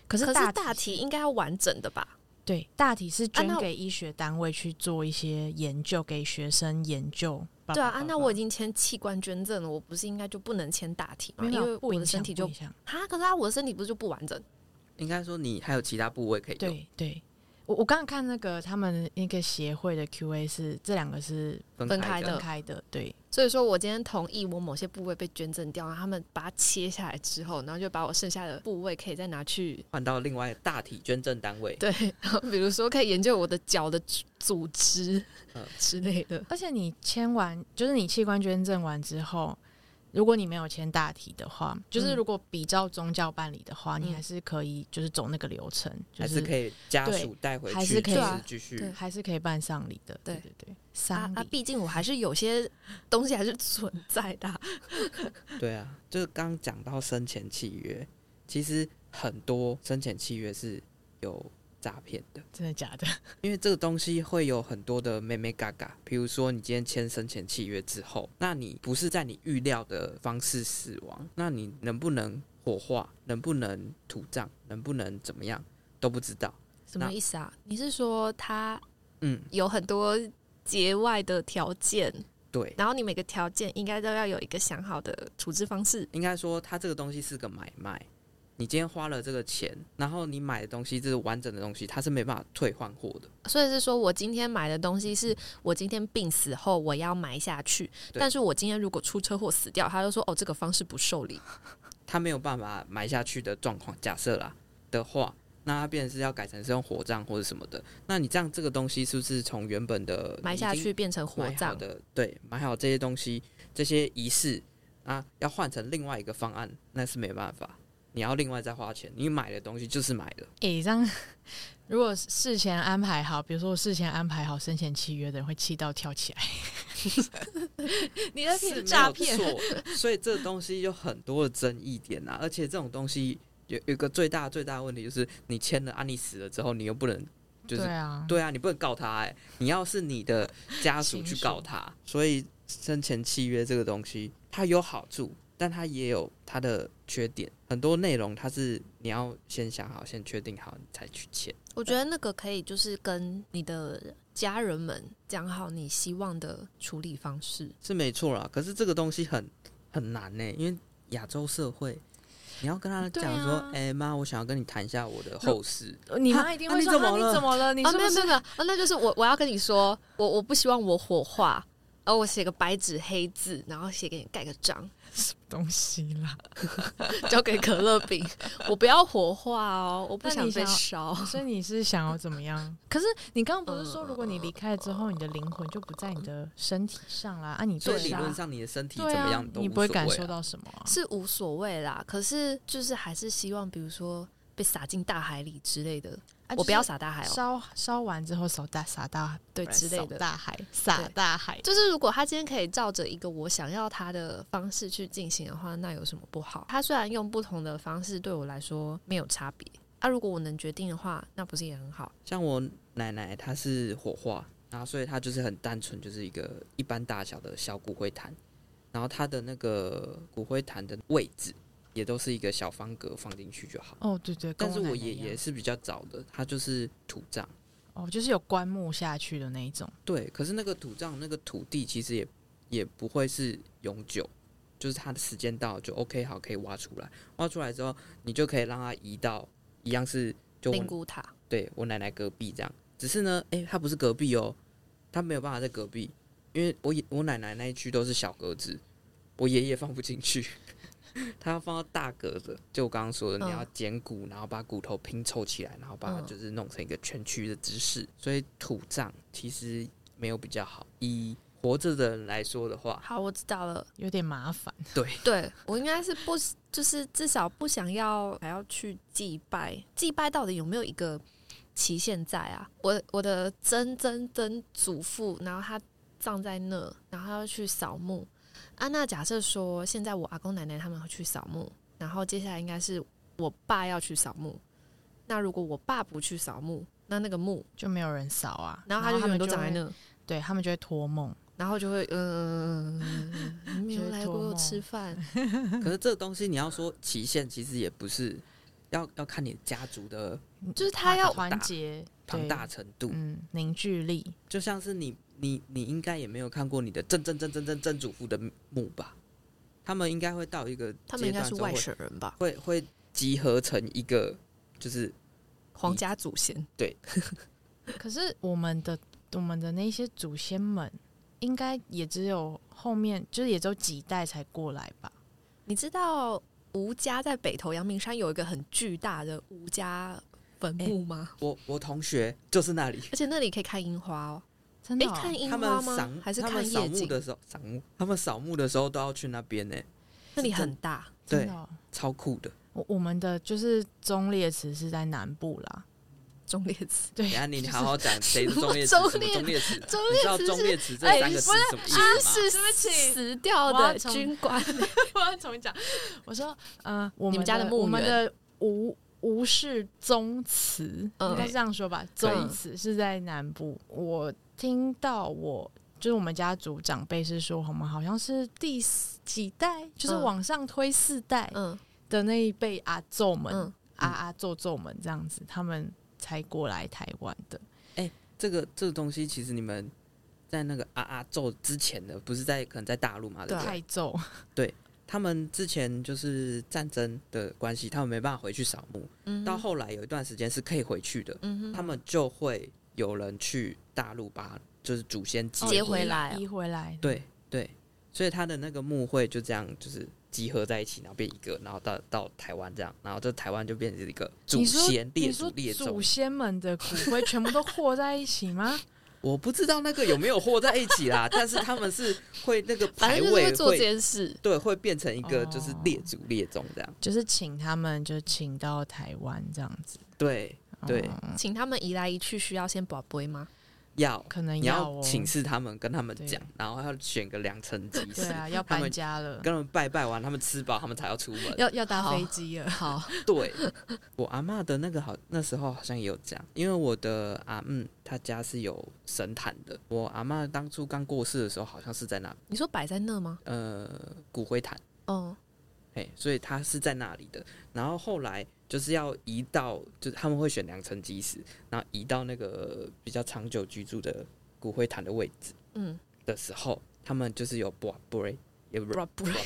[SPEAKER 1] 可是
[SPEAKER 2] 大体应该要完整的吧？
[SPEAKER 1] 对，大体是捐给医学单位去做一些研究，给学生研究。
[SPEAKER 2] 对啊，那我已经签器官捐赠了，我不是应该就不能签大体吗？因为我的身体就可是我的身体不是就不完整？
[SPEAKER 3] 应该说你还有其他部位可以用。
[SPEAKER 1] 对，我刚刚看那个他们那个协会的 QA 是这两个是
[SPEAKER 2] 分开
[SPEAKER 1] 的，对。
[SPEAKER 2] 所以说我今天同意我某些部位被捐赠掉，然后他们把它切下来之后，然后就把我剩下的部位可以再拿去
[SPEAKER 3] 换到另外大体捐赠单位。
[SPEAKER 2] 对，然后比如说可以研究我的脚的组织之类的。
[SPEAKER 1] 而且你签完，就是你器官捐赠完之后，如果你没有签大体的话，就是如果比照宗教办理的话，你还是可以就是走那个流程，就是、
[SPEAKER 3] 还是可以家属带回去，
[SPEAKER 1] 还是可以
[SPEAKER 3] 继续，
[SPEAKER 1] 对，还是可以办丧礼的。对，丧礼
[SPEAKER 2] 毕竟我还是有些东西还是存在的。
[SPEAKER 3] 对啊，就是刚讲到生前契约，其实很多生前契约是有诈骗的。
[SPEAKER 1] 真的假的？
[SPEAKER 3] 因为这个东西会有很多的妹妹嘎嘎，比如说你今天签生前契约之后，那你不是在你预料的方式死亡，那你能不能火化，能不能土葬，能不能怎么样都不知道。
[SPEAKER 2] 什么意思啊？你是说他有很多节外的条件？
[SPEAKER 3] 对，
[SPEAKER 2] 然后你每个条件应该都要有一个想好的处置方式。
[SPEAKER 3] 应该说他这个东西是个买卖，你今天花了这个钱，然后你买的东西这是完整的东西，它是没办法退换货的。
[SPEAKER 2] 所以是说我今天买的东西是我今天病死后我要埋下去，但是我今天如果出车祸死掉，他就说这个方式不受理，
[SPEAKER 3] 他没有办法埋下去的状况，假设啦的话，那它变成是要改成是用火葬或者什么的。那你这样这个东西是不是从原本的
[SPEAKER 2] 埋下去变成火葬
[SPEAKER 3] 的？对，买好这些东西，这些仪式啊，要换成另外一个方案，那是没办法。你要另外再花钱，你买的东西就是买的。
[SPEAKER 1] 这样如果事前安排好，比如说我事前安排好生前契约的人，会气到跳起来。你在骗诈骗，
[SPEAKER 3] 所以这东西有很多的争议点啊。而且这种东西有一个最大的问题，就是你签了你死了之后，你又不能就是对啊，你不能告他你要是你的家属去告他。所以生前契约这个东西，它有好处，但它也有它的缺点，很多内容它是你要先想好、先确定好，你才去签。
[SPEAKER 2] 我觉得那个可以就是跟你的家人们讲好你希望的处理方式，
[SPEAKER 3] 是没错啦。可是这个东西很难呢，因为亚洲社会，你要跟他讲说，妈，我想要跟你谈一下我的后事，
[SPEAKER 1] 你妈一定会说，你怎么了？你是不是？
[SPEAKER 2] 那就是我要跟你说，我不希望我火化。我写个白纸黑字，然后写给你盖个章，
[SPEAKER 1] 什么东西啦？
[SPEAKER 2] 交给可乐饼，我不要火化我不想被烧。
[SPEAKER 1] 所以你是想要怎么样？可是你刚刚不是说，如果你离开了之后，你的灵魂就不在你的身体上啦？你
[SPEAKER 3] 所以理论上你的身体怎么样都无所谓，
[SPEAKER 1] 你不会感受到什么
[SPEAKER 2] 是无所谓啦。可是就是还是希望，比如说被撒进大海里之类的。我不要撒大海
[SPEAKER 1] 烧完之后撒大
[SPEAKER 2] 对之类的
[SPEAKER 1] 撒大海。
[SPEAKER 2] 就是如果他今天可以照着一个我想要他的方式去进行的话，那有什么不好？他虽然用不同的方式对我来说没有差别如果我能决定的话，那不是也很好？
[SPEAKER 3] 像我奶奶她是火化，然后所以她就是很单纯，就是一个一般大小的小骨灰坛，然后她的那个骨灰坛的位置也都是一个小方格放进去就好。
[SPEAKER 1] 对，
[SPEAKER 3] 但是我爷爷是比较早的，他就是土葬
[SPEAKER 1] 就是有棺木下去的那一种。
[SPEAKER 3] 对，可是那个土葬那个土地其实也不会是永久，就是它的时间到就 OK 好，可以挖出来。挖出来之后，你就可以让它移到一样是就
[SPEAKER 2] 灵骨塔，
[SPEAKER 3] 对我奶奶隔壁这样。只是呢，它不是隔壁它没有办法在隔壁，因为我奶奶那一区都是小格子，我爷爷放不进去。他要放到大格的，就我刚刚说的，你要捡骨，然后把骨头拼凑起来，然后把它就是弄成一个全区的姿势。所以土葬其实没有比较好，以活着的人来说的话，
[SPEAKER 2] 好，我知道了，
[SPEAKER 1] 有点麻烦。
[SPEAKER 2] 对，我应该是就是至少不想要还要去祭拜，祭拜到底有没有一个期限在啊？我的曾祖父，然后他葬在那，然后他要去扫墓。那假设说现在我阿公奶奶他们会去扫墓，然后接下来应该是我爸要去扫墓。那如果我爸不去扫墓，那个墓
[SPEAKER 1] 就没有人扫啊，
[SPEAKER 2] 然后他就永远都长在那，
[SPEAKER 1] 对他们就会托梦，
[SPEAKER 2] 然后就会没有来过吃饭。
[SPEAKER 3] 可是这个东西你要说期限，其实也不是要看你家族的，
[SPEAKER 2] 就是他要
[SPEAKER 1] 团结
[SPEAKER 3] 庞大程度，
[SPEAKER 1] 凝聚力。
[SPEAKER 3] 就像是你应该也没有看过你的曾祖父的墓吧？他们应该会到一个阶段，
[SPEAKER 2] 他们应该是外省人吧？
[SPEAKER 3] 会集合成一个就是
[SPEAKER 2] 皇家祖先。
[SPEAKER 3] 对，
[SPEAKER 1] 可是我们的那些祖先们，应该也只有后面就是也只有几代才过来吧？
[SPEAKER 2] 你知道吴家在北投阳明山有一个很巨大的吴家坟墓吗？
[SPEAKER 3] 我同学就是那里，
[SPEAKER 2] 而且那里可以看樱花哦。
[SPEAKER 1] 真的
[SPEAKER 2] 看樱花吗？还是看夜景？
[SPEAKER 3] 他们扫墓的时候都要去那边呢。
[SPEAKER 2] 那里很大，
[SPEAKER 3] 对，超酷的。
[SPEAKER 1] 我们的就是忠烈祠是在南部啦。
[SPEAKER 2] 忠烈祠，
[SPEAKER 1] 对，
[SPEAKER 3] 等一下你好好讲谁是忠烈祠？
[SPEAKER 2] 忠
[SPEAKER 3] 烈祠，你知道忠烈祠这3个字什么意思吗？
[SPEAKER 2] 是对不起，死掉的军官。
[SPEAKER 1] 我要重新讲，我说
[SPEAKER 2] 你们家的墓园，
[SPEAKER 1] 我们的吴氏宗祠，应该是这样说吧？宗祠是在南部。我听到就是我们家族长辈是说，我们好像是第几代，就是往上推4代的那一辈阿祖们、阿祖们这样子，他们才过来台湾的。
[SPEAKER 3] 这个东西其实你们在那个阿祖之前的，不是可能在大陆嘛？对不对？
[SPEAKER 1] 太祖，
[SPEAKER 3] 对，他们之前就是战争的关系，他们没办法回去扫墓。到后来有一段时间是可以回去的，他们就会有人去大陆把就是祖先
[SPEAKER 2] 接回来，
[SPEAKER 1] 移回来。
[SPEAKER 3] 对对，所以他的那个墓会就这样就是集合在一起，然后变一个，然后到台湾这样，然后这台湾就变成一个祖先列祖列宗，
[SPEAKER 1] 祖先们的骨灰全部都和在一起吗？
[SPEAKER 3] 我不知道那个有没有和在一起啦，但是他们是会那个牌位
[SPEAKER 2] 会做这件事，
[SPEAKER 3] 对，会变成一个就是列祖列宗这样，
[SPEAKER 1] 就是请他们就请到台湾这样子，
[SPEAKER 3] 对对，
[SPEAKER 2] 请他们移来移去需要先保杯吗？
[SPEAKER 1] 可能
[SPEAKER 3] 你要请示他们，跟他们讲，然后要选个2层级，
[SPEAKER 1] 对啊，要搬家了，
[SPEAKER 3] 跟他们拜完，他们吃饱，他们才要出门，
[SPEAKER 1] 要搭飞机了。好，
[SPEAKER 3] 对，我阿嬷的那时候好像也有这样，因为我的阿她家是有神坛的，我阿嬷当初刚过世的时候好像是在那，
[SPEAKER 2] 你说摆在那吗？
[SPEAKER 3] 骨灰坛，所以他是在那里的，然后后来就是要移到，就是他们会选2层基石，然后移到那个比较长久居住的骨灰坛的位置，的时候，他们就是有跋杯，也不是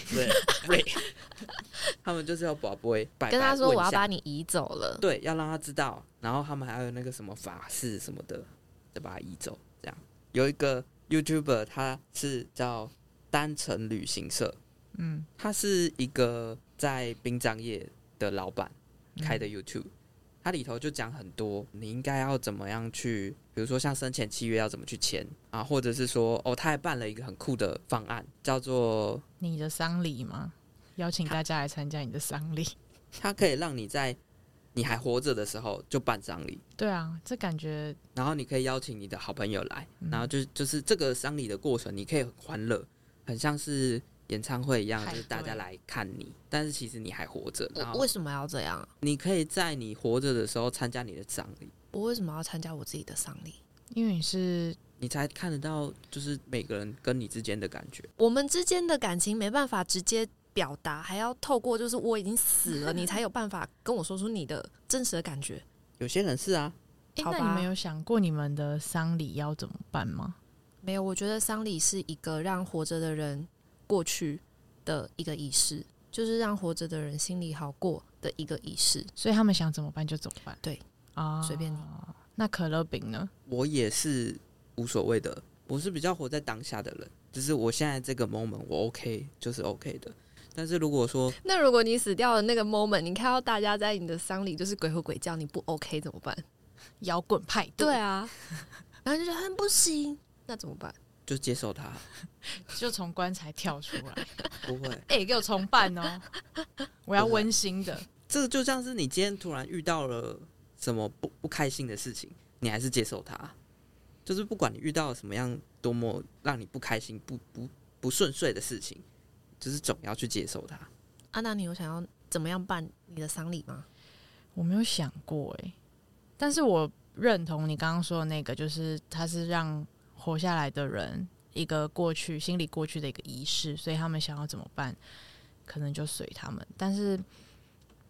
[SPEAKER 3] 他们就是要跋杯，
[SPEAKER 2] 跟他说我要把你移走了，
[SPEAKER 3] 对，要让他知道，然后他们还有那个什么法事什么的，就把他移走，这样。有一个 YouTuber， 他是叫单程旅行社。他是一个在殡葬业的老板开的 YouTube，他里头就讲很多你应该要怎么样去，比如说像生前契约要怎么去签啊，或者是说他还办了一个很酷的方案，叫做
[SPEAKER 1] 你的丧礼吗？邀请大家来参加你的丧礼，
[SPEAKER 3] 它可以让你在你还活着的时候就办丧礼。
[SPEAKER 1] 对啊，这感觉，
[SPEAKER 3] 然后你可以邀请你的好朋友来，然后就是这个丧礼的过程，你可以很欢乐，很像是演唱会一样，就是大家来看你，但是其实你还活着。然后
[SPEAKER 2] 为什么要这样？
[SPEAKER 3] 你可以在你活着的时候参加你的丧礼。
[SPEAKER 2] 我为什么要参加我自己的丧礼？
[SPEAKER 1] 因为
[SPEAKER 3] 你才看得到，就是每个人跟你之间的感觉。
[SPEAKER 2] 我们之间的感情没办法直接表达，还要透过就是我已经死了，你才有办法跟我说出你的真实的感觉。
[SPEAKER 3] 有些人是啊。
[SPEAKER 1] 那你们有想过你们的丧礼要怎么办吗？
[SPEAKER 2] 没有，我觉得丧礼是一个让活着的人过去的一个仪式，就是让活着的人心里好过的一个仪式，
[SPEAKER 1] 所以他们想怎么办就怎么办。
[SPEAKER 2] 对
[SPEAKER 1] 啊，
[SPEAKER 2] 随便你。
[SPEAKER 1] 那可乐饼呢？
[SPEAKER 3] 我也是无所谓的，我是比较活在当下的人，就是我现在这个 moment 我 OK 就是 OK 的。但是如果说，
[SPEAKER 2] 那如果你死掉的那个 moment， 你看到大家在你的丧礼就是鬼吼鬼叫，你不 OK 怎么办？
[SPEAKER 1] 摇滚派对。
[SPEAKER 2] 对啊，然后就觉得很不行，那怎么办？
[SPEAKER 3] 就接受它，
[SPEAKER 1] 就从棺材跳出来。
[SPEAKER 3] 不会，
[SPEAKER 1] 给我重办哦！我要温馨的。
[SPEAKER 3] 这就像是你今天突然遇到了什么不开心的事情，你还是接受它。就是不管你遇到了什么样多么让你不开心、不顺遂的事情，就是总要去接受它。
[SPEAKER 2] 那你有想要怎么样办你的丧礼吗？
[SPEAKER 1] 我没有想过但是我认同你刚刚说的那个，就是它是让活下来的人一个心里过去的一个仪式，所以他们想要怎么办可能就随他们。但是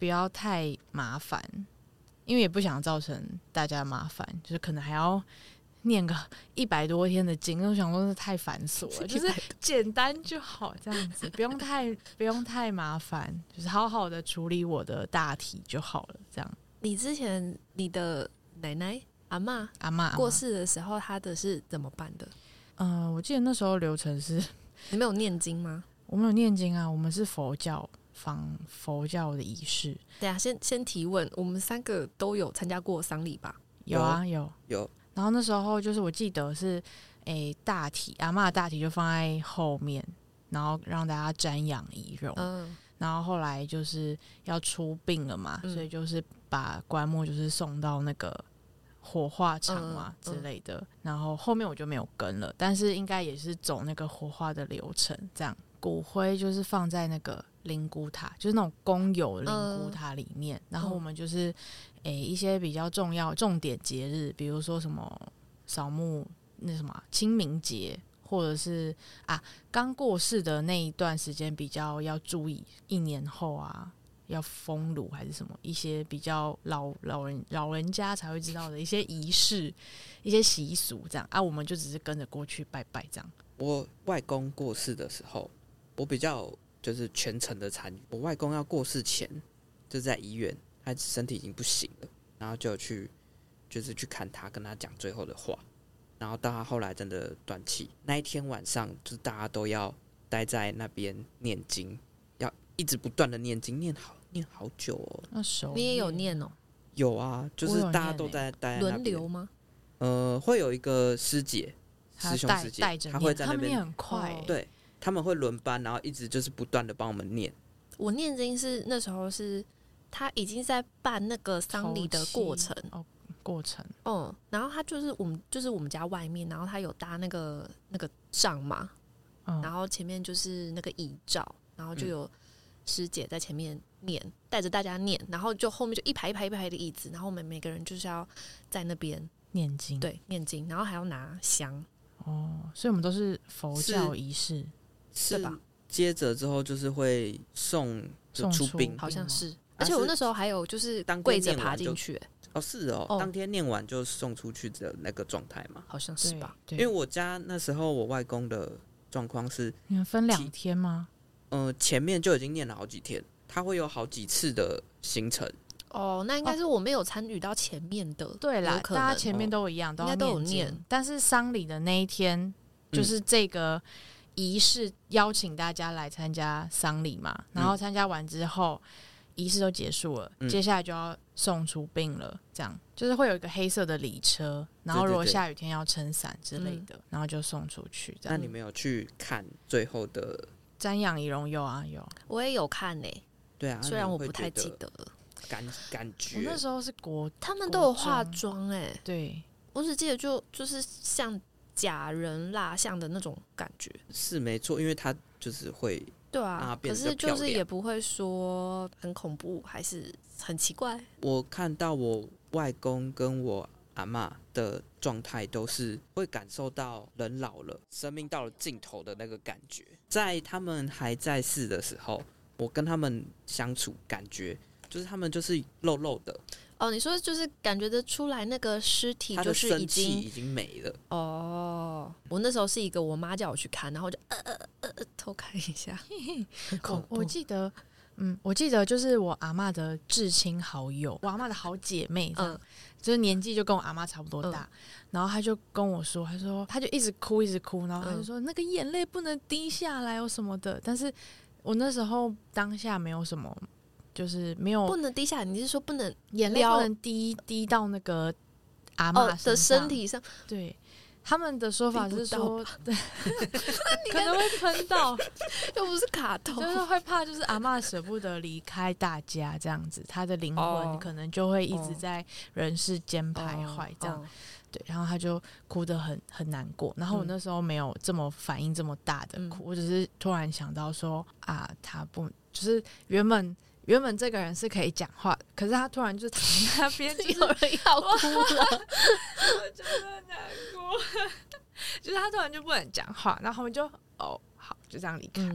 [SPEAKER 1] 不要太麻烦，因为也不想造成大家麻烦，就是可能还要念个100多天的经，我想说是太繁琐了，就是简单就好，这样子不用太麻烦，就是好好的处理我的大体就好了。这样，
[SPEAKER 2] 你之前你的奶奶阿嬷过世的时候，她的是怎么办的？
[SPEAKER 1] 我记得那时候流程是，
[SPEAKER 2] 你没有念经吗？
[SPEAKER 1] 我们有念经啊，我们是佛教佛教的仪式。
[SPEAKER 2] 对啊，先提问，我们3个都有参加过丧礼吧？
[SPEAKER 1] 有啊，有。然后那时候就是我记得是，大体阿嬷的大体就放在后面，然后让大家瞻仰遗容。然后后来就是要出殡了嘛，所以就是把棺木就是送到那个火化场嘛之类的。然后后面我就没有跟了，但是应该也是走那个火化的流程，这样骨灰就是放在那个灵骨塔，就是那种公有灵骨塔里面。然后我们就是一些比较重点节日，比如说什么扫墓那什么清明节，或者是刚过世的那一段时间比较要注意，1年后要封炉还是什么，一些比较老人家才会知道的一些仪式、一些习俗这样我们就只是跟着过去拜拜这样。
[SPEAKER 3] 我外公过世的时候，我比较就是全程的参与。我外公要过世前，就是在医院，他身体已经不行了，然后就是去看他，跟他讲最后的话。然后到他后来真的断气那一天晚上，就是大家都要待在那边念经，要一直不断的念经，念好久哦。
[SPEAKER 1] 那时候
[SPEAKER 2] 你也有念哦？
[SPEAKER 3] 有啊，就是大家都在待在那边
[SPEAKER 2] 轮流吗？
[SPEAKER 3] 会有一个师姐、师兄师姐，他会在那边，
[SPEAKER 1] 他们念很快
[SPEAKER 3] 对，他们会轮班，然后一直就是不断的帮我们念。
[SPEAKER 2] 我念经是那时候是他已经在办那个丧礼的过程然后他就是我们家外面，然后他有搭那个帐嘛，然后前面就是那个遗照，然后就有师姐在前面念，带着大家念，然后就后面就一排的椅子，然后我们每个人就是要在那边
[SPEAKER 1] 念经，
[SPEAKER 2] 对，念经，然后还要拿香
[SPEAKER 1] 所以我们都是佛教仪式，
[SPEAKER 3] 是吧？接着之后就是会送出殡，
[SPEAKER 2] 好像是，而且我那时候还有就是跪着爬进去。
[SPEAKER 3] 是哦，当天念完就送出去的那个状态嘛，
[SPEAKER 2] 好像是吧？
[SPEAKER 3] 因为我家那时候我外公的状况是，
[SPEAKER 1] 你们分2天吗？
[SPEAKER 3] 前面就已经念了好几天，他会有好几次的行程。
[SPEAKER 2] 那应该是我没有参与到前面的。
[SPEAKER 1] 对啦，大家前面都一样，应该都有念。但是丧礼的那一天，就是这个仪式邀请大家来参加丧礼嘛，然后参加完之后。仪式都结束了，接下来就要送出殡了。这样就是会有一个黑色的礼车，然后如果下雨天要撑伞之类的，然后就送出去。这样。
[SPEAKER 3] 那你们有去看最后的
[SPEAKER 1] 瞻仰遗容？有啊，有，
[SPEAKER 2] 我也有看
[SPEAKER 3] 对啊，
[SPEAKER 2] 虽然我不太记得了。
[SPEAKER 3] 感觉
[SPEAKER 1] 我那时候是
[SPEAKER 2] 他们都有化妆
[SPEAKER 1] 对，
[SPEAKER 2] 我只记得就是像假人蜡像的那种感觉。
[SPEAKER 3] 是没错，因为他就是会。
[SPEAKER 2] 对啊，可是就是也不会说很恐怖，还是很奇怪。
[SPEAKER 3] 我看到我外公跟我阿嬷的状态，都是会感受到人老了，生命到了尽头的那个感觉。在他们还在世的时候，我跟他们相处，感觉就是他们就是肉肉的。
[SPEAKER 2] 你说就是感觉得出来那个尸体就是
[SPEAKER 3] 已经没了。
[SPEAKER 2] 我那时候是一个我妈叫我去看，然后就偷看一下。
[SPEAKER 1] 我记得我记得就是我阿嬷的至亲好友，我阿嬷的好姐妹，就是年纪就跟我阿嬷差不多大，然后她就跟我说，她就一直哭，然后她就说那个眼泪不能滴下来什么的，但是我那时候当下没有什么。就是没有
[SPEAKER 2] 不能滴下来，你是说不能
[SPEAKER 1] 眼泪不能滴到那个阿嬷
[SPEAKER 2] 的身体上？
[SPEAKER 1] 对，他们的说法是说，对，可能会喷到，
[SPEAKER 2] 又不是卡通，
[SPEAKER 1] 就是会怕，就是阿嬷舍不得离开大家这样子，她的灵魂可能就会一直在人世间徘徊这样。对，然后他就哭得很难过，然后我那时候没有这么反应这么大的哭，我只是突然想到说他不就是原本这个人是可以讲话，可是他突然就躺在那边，
[SPEAKER 2] 有人要哭了，
[SPEAKER 1] 我真的难过。就是他突然就不能讲话，然后我们就好，就这样离开。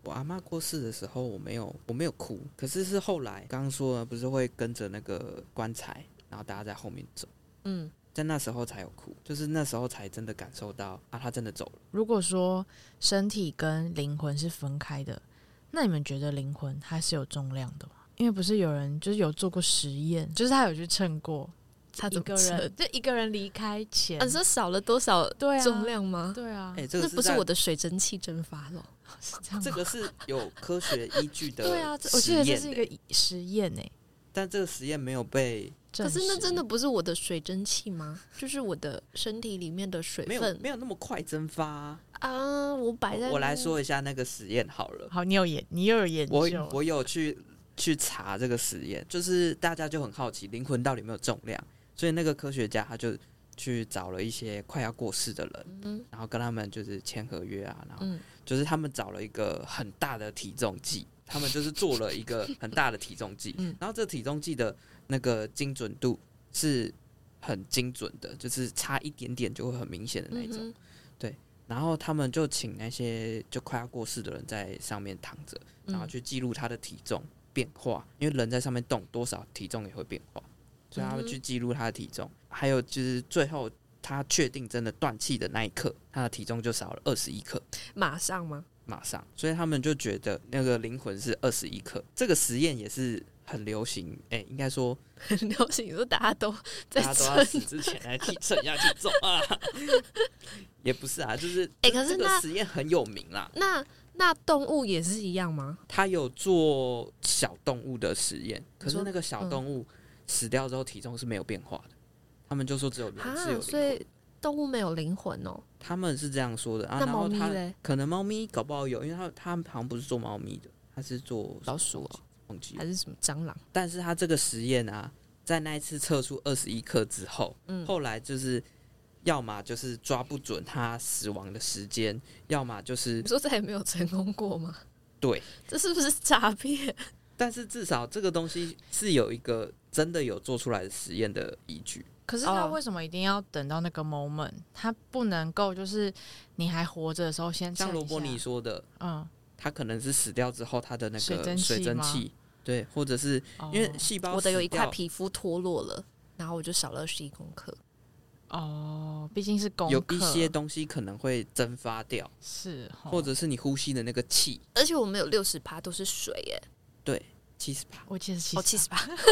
[SPEAKER 3] 我阿嬷过世的时候，我没有哭，可是后来刚刚说了，不是会跟着那个棺材，然后大家在后面走，在那时候才有哭，就是那时候才真的感受到啊，他真的走了。
[SPEAKER 1] 如果说身体跟灵魂是分开的，那你们觉得灵魂它是有重量的吗？因为不是有人就是有做过实验，就是他有去称过，
[SPEAKER 2] 他怎么
[SPEAKER 1] 一个人离开前，
[SPEAKER 2] 你说少了多少重量吗？
[SPEAKER 1] 对啊，
[SPEAKER 3] 这个
[SPEAKER 2] 不是我的水蒸气蒸发了，
[SPEAKER 1] 是这样吗？
[SPEAKER 3] 这个是有科学依据的
[SPEAKER 1] 对啊，我记得这是一个实验欸，
[SPEAKER 3] 但这个实验没有被
[SPEAKER 1] 证实。
[SPEAKER 2] 可是那真的不是我的水蒸气吗？就是我的身体里面的水分
[SPEAKER 3] 没有那么快蒸发
[SPEAKER 2] 啊！我
[SPEAKER 3] 来说一下那个实验好了。
[SPEAKER 1] 好，你又有研究，
[SPEAKER 3] 我有去查这个实验，就是大家就很好奇灵魂到底有没有重量，所以那个科学家他就去找了一些快要过世的人，然后跟他们就是签合约啊，然后就是他们找了一个很大的体重计，他们就是做了一个很大的体重计，然后这体重计的那个精准度是很精准的，就是差一点点就会很明显的那种，对。然后他们就请那些就快要过世的人在上面躺着，然后去记录他的体重变化，因为人在上面动多少，体重也会变化，所以他们去记录他的体重。还有就是最后他确定真的断气的那一刻，他的体重就少了21克。马上吗？马上。所以他们就觉得那个灵魂是21克。这个实验也是很流行，应该说
[SPEAKER 2] 很流行，说大家都
[SPEAKER 3] 要死之前来称一下体重啊。也不是啊，就是
[SPEAKER 2] 可是
[SPEAKER 3] 这个实验很有名啦。
[SPEAKER 2] 那动物也是一样吗？
[SPEAKER 3] 他有做小动物的实验，可是那个小动物死掉之后体重是没有变化的，他们就说只有人是有灵魂的，
[SPEAKER 2] 所以动物没有灵魂哦。
[SPEAKER 3] 他们是这样说的啊。
[SPEAKER 2] 那猫咪嘞？
[SPEAKER 3] 可能猫咪搞不好有，因为他好像不是做猫咪的，他是做
[SPEAKER 2] 老鼠
[SPEAKER 3] 忘记
[SPEAKER 2] 还是什么蟑螂？
[SPEAKER 3] 但是他这个实验啊，在那一次测出21克之后，后来就是要么就是抓不准他死亡的时间，要么就是
[SPEAKER 2] 你说这还没有成功过吗？
[SPEAKER 3] 对，
[SPEAKER 2] 这是不是诈骗？
[SPEAKER 3] 但是至少这个东西是有一个真的有做出来的实验的依据。
[SPEAKER 1] 可是他为什么一定要等到那个 moment？他不能够就是你还活着的时候先
[SPEAKER 3] 像罗伯尼说的，他可能是死掉之后他的那个水蒸气，对，或者是因为细胞
[SPEAKER 2] 我的有一块皮肤脱落了，然后我就少了21公克。
[SPEAKER 1] 毕竟是功课，
[SPEAKER 3] 有一些东西可能会蒸发掉，
[SPEAKER 1] 是，
[SPEAKER 3] 或者是你呼吸的那个气，
[SPEAKER 2] 而且我们有60%都是水耶。
[SPEAKER 3] 对，70%，
[SPEAKER 1] 我记得
[SPEAKER 2] 70%。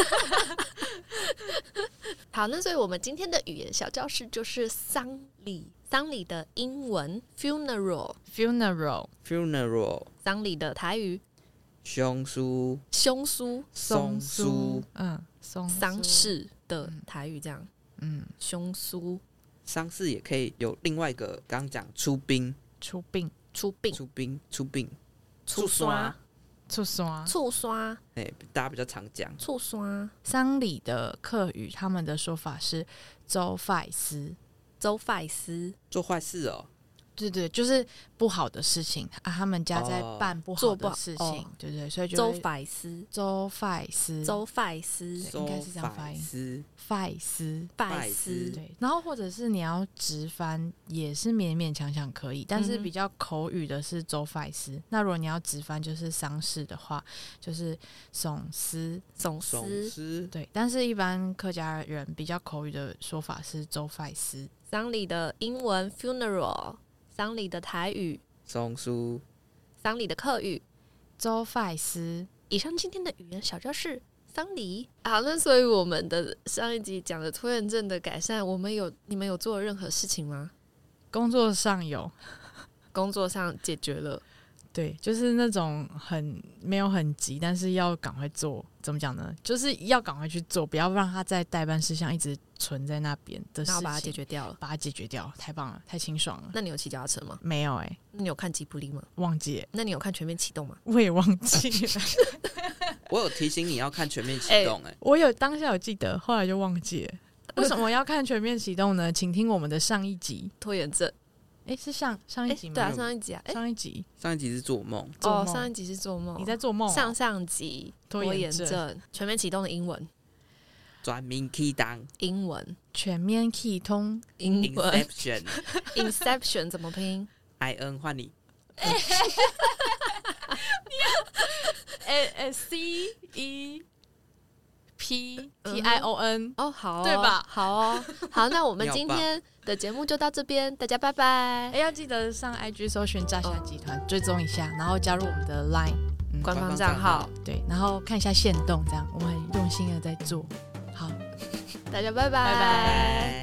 [SPEAKER 2] 好，那所以我们今天的语言小教室就是丧礼，丧礼的英文 funeral， 丧礼的台语
[SPEAKER 3] 丧
[SPEAKER 2] 事的台语这样。凶酥，
[SPEAKER 3] 丧事也可以有另外一个，刚刚讲出殡，
[SPEAKER 2] 醋刷，
[SPEAKER 3] 大家比较常讲
[SPEAKER 2] 醋刷。
[SPEAKER 1] 丧礼的客语，他们的说法是做坏事，
[SPEAKER 2] 做坏事
[SPEAKER 3] 哦。
[SPEAKER 1] 对对，就是不好的事情啊，他们家在办不好的事情，对对，所以就
[SPEAKER 2] 做坏事，
[SPEAKER 1] 应该是这样发音，坏事，对。然后或者是你要直翻，也是勉勉强强可以，但是比较口语的是做坏事。那如果你要直翻，就是丧事的话，就是丧事，对。但是一般客家人比较口语的说法是做坏事。
[SPEAKER 2] 丧礼的英文 funeral。丧礼的台语
[SPEAKER 3] 丧事，
[SPEAKER 2] 丧礼的客语
[SPEAKER 1] 做坏事。
[SPEAKER 2] 以上今天的语言小教室丧礼。好，那所以我们的上一集讲的拖延症的改善，你们有做任何事情吗？
[SPEAKER 1] 工作上有，
[SPEAKER 2] 工作上解决了。
[SPEAKER 1] 对，就是那种没有很急，但是要赶快做。怎么讲呢？就是要赶快去做，不要让它在待办事项一直存在那边的事情，
[SPEAKER 2] 然后把它解决掉了。
[SPEAKER 1] 把它解决掉，太棒了，太清爽了。
[SPEAKER 2] 那你有骑脚踏车吗？
[SPEAKER 1] 没有
[SPEAKER 2] 那你有看吉卜力吗？
[SPEAKER 1] 忘记。
[SPEAKER 2] 那你有看全面启动吗？
[SPEAKER 1] 我也忘记了。
[SPEAKER 3] 我有提醒你要看全面启动
[SPEAKER 1] 我有当下有记得，后来就忘记了。为什么要看全面启动呢？请听我们的上一集
[SPEAKER 2] 拖延症。
[SPEAKER 1] 是上一集吗？
[SPEAKER 2] 对啊，上一集啊，
[SPEAKER 3] 上一集是做梦。
[SPEAKER 2] 上一集是做梦。
[SPEAKER 1] 你在做梦？
[SPEAKER 2] 上集拖延症，全面启动的英文。
[SPEAKER 3] 全面启动
[SPEAKER 2] 英文。
[SPEAKER 1] 全面启动
[SPEAKER 2] 英文。
[SPEAKER 3] Inception
[SPEAKER 2] 怎么拼？
[SPEAKER 3] IN 换你。
[SPEAKER 1] JASCEPTION
[SPEAKER 2] 哦，好哦，
[SPEAKER 1] 对吧？
[SPEAKER 2] 好哦，好，那我们今天的节目就到这边，大家拜拜。
[SPEAKER 1] 要记得上 IG 搜寻炸虾集团，追踪一下，然后加入我们的 LINE
[SPEAKER 2] 官方账号，
[SPEAKER 1] 对，然后看一下限动，这样我们很用心的在做。好，
[SPEAKER 2] 大家拜拜，
[SPEAKER 1] 拜拜。